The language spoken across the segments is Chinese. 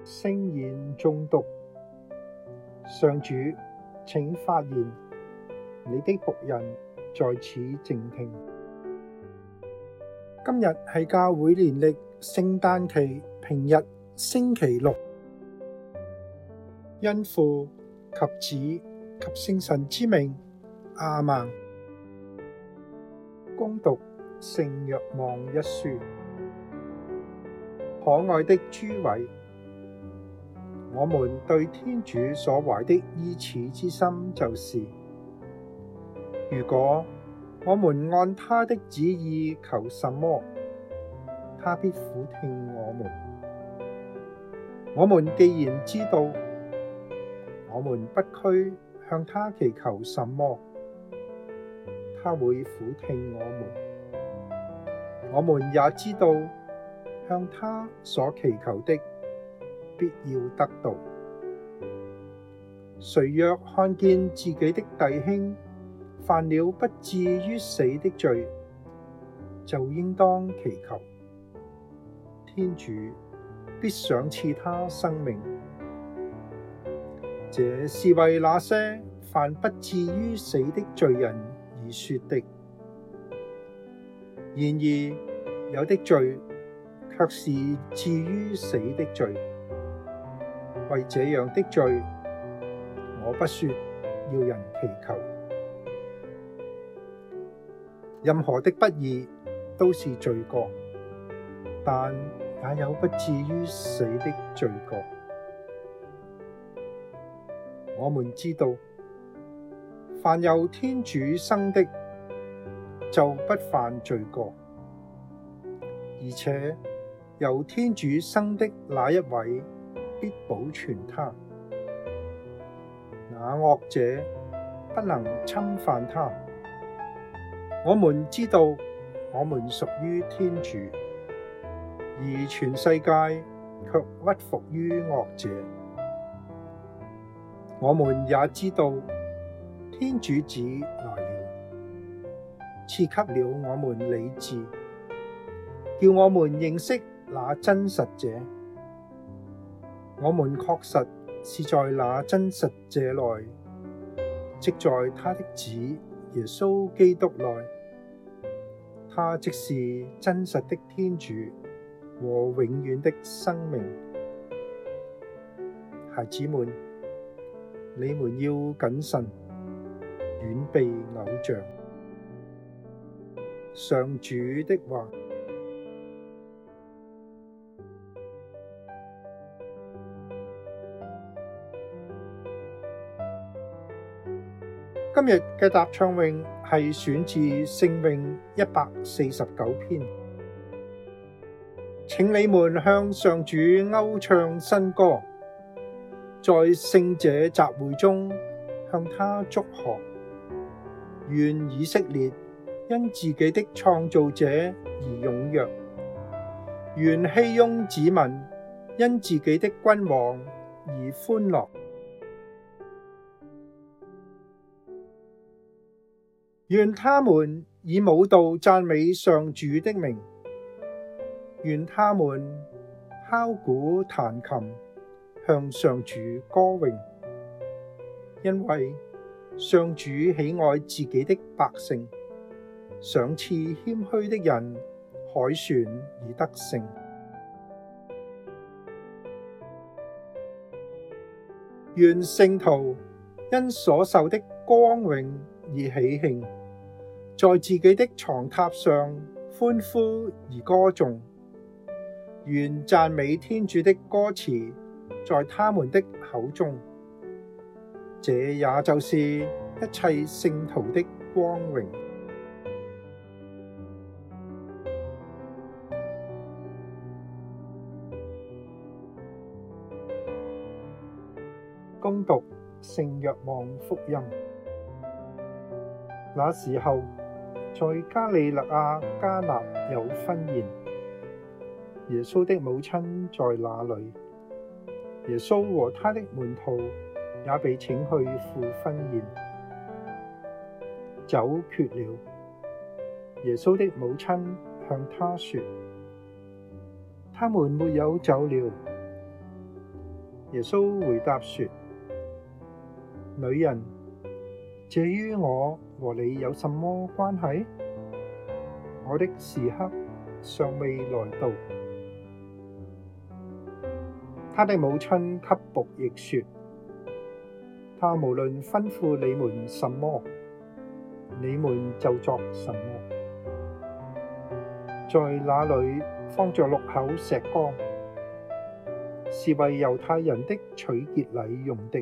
聖言誦讀。上主，請發言，你的僕人在此靜聽。今日係教會年曆聖誕期平日星期六，因父及子及聖神之名，阿們。恭讀聖若望一書。可愛的諸位，我們對天主所懷的依恃之心就是：如果我們按他的旨意求什麼，他必俯聽我們。我們既然知道，我們不拘向他祈求什麼，他會俯聽我們。我們也知道，向他所祈求的，必要得到。誰若看見自己的弟兄犯了不至於死的罪，就應當祈求，天主必賞賜他生命。這是為那些犯不至於死的罪人而說的。然而，有的罪卻是至於死的罪。為這樣的罪，我不說要人祈求。任何的不義都是罪過，但也有不至於死的罪過。我們知道，凡由天主生的，就不犯罪過，而且由天主生的那一位必保全他，那惡者不能侵犯他。我們知道我們屬於天主，而全世界卻屈服於惡者。我們也知道天主子來了，賜給了我們理智，叫我們認識那真實者。我們確實是在那真實者內，即在他的子耶穌基督內。他即是真實的天主和永遠的生命。孩子們，你們要謹慎，遠避偶像。上主的話。今日嘅答唱詠係選自聖詠149篇。請你們向上主謳唱新歌，在聖者集會中向他祝賀。願以色列因自己的創造者而踴躍，願熙雍子民因自己的君王而歡樂。願他們以舞蹈讚美上主的名，願他們敲鼓彈琴向上主歌詠，因為上主喜愛自己的百姓，賞賜謙虛的人凱旋而得勝。願聖徒因所受的光榮而喜慶，在自己的床榻上歡呼而歌頌。願讚美天主的歌詞在他們的口中，這也就是一切聖徒的光榮。恭讀聖若望福音。那時候，在加里肋亞迦納有婚宴，耶穌的母親在那裡。耶穌和他的門徒也被請去赴婚宴。酒缺了，耶穌的母親向他說：他們沒有酒了。 耶穌回答說：女人，這於我和你有什麼關係？我的時刻尚未來到。他的母親給僕役說：他無論吩咐你們什麼，你們就作什麼。在那裏放着6口石缸，是為猶太人的取潔禮用的，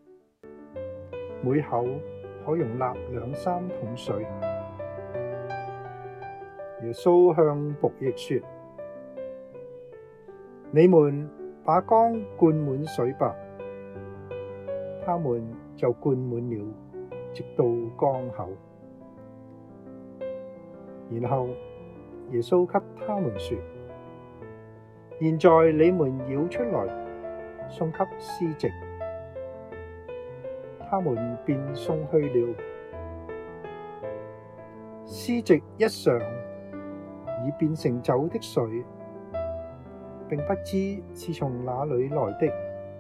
每口可容納2-3桶水。耶穌向僕役說：你們把缸灌滿水吧。他們就灌滿了，直到缸口。然後耶穌給他們說：現在你們舀出來，送給司席。他們便送去了。司席一嘗已變成酒的水，並不知是從哪裏來的。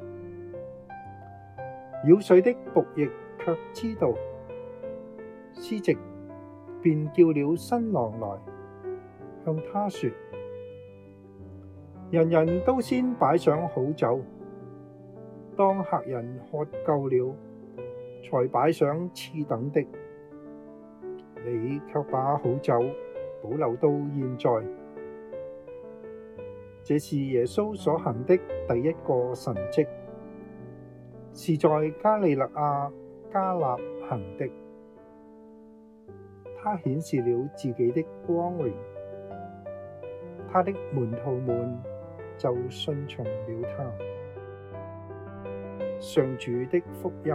舀水的僕役卻知道，司席便叫了新郎來，向他說：人人都先擺上好酒，當客人喝夠了，才擺上次等的。你卻把好酒保留到現在。這是耶穌所行的第一個神蹟，是在加里肋亞迦納行的。他顯示了自己的光榮，他的門徒們就信從了他。上主的福音。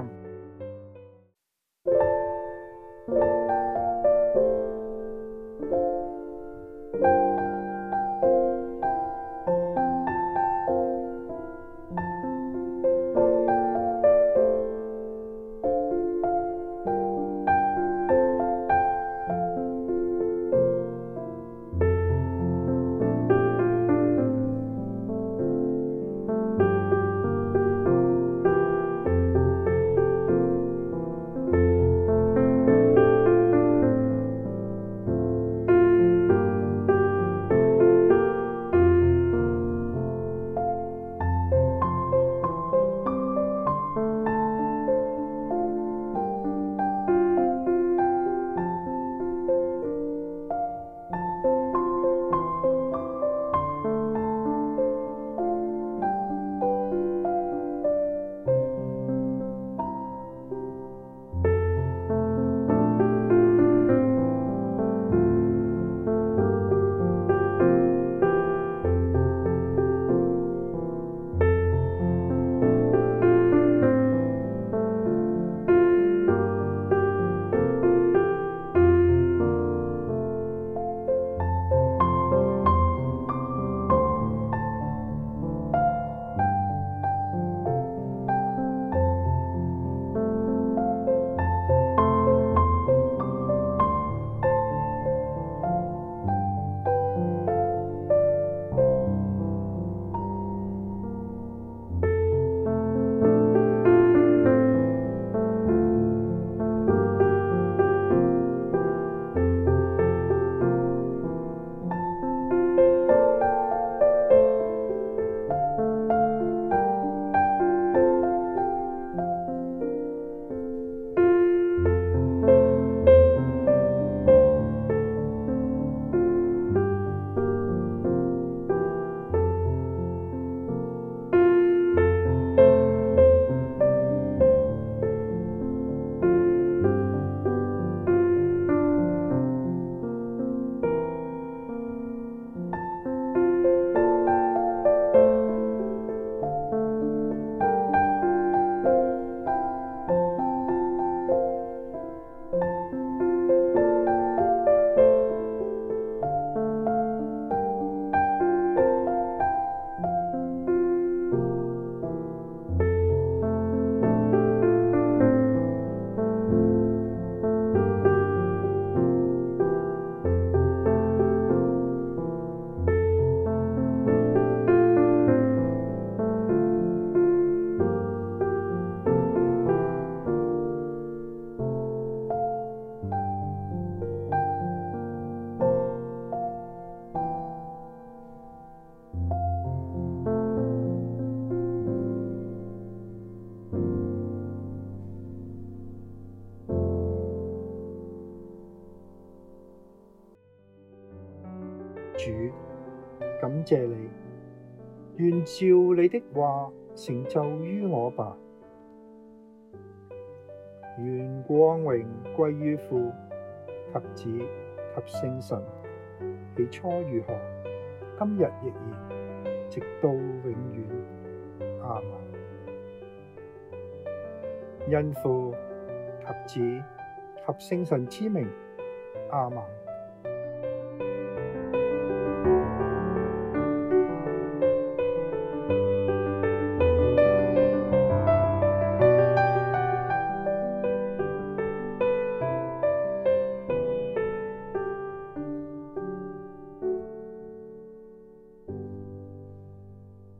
主，感謝你，願照你的話成就於我吧。願光榮歸於父及子及聖神，起初如何，今日亦然，直到永遠。阿們。因父及子及聖神之名。阿們。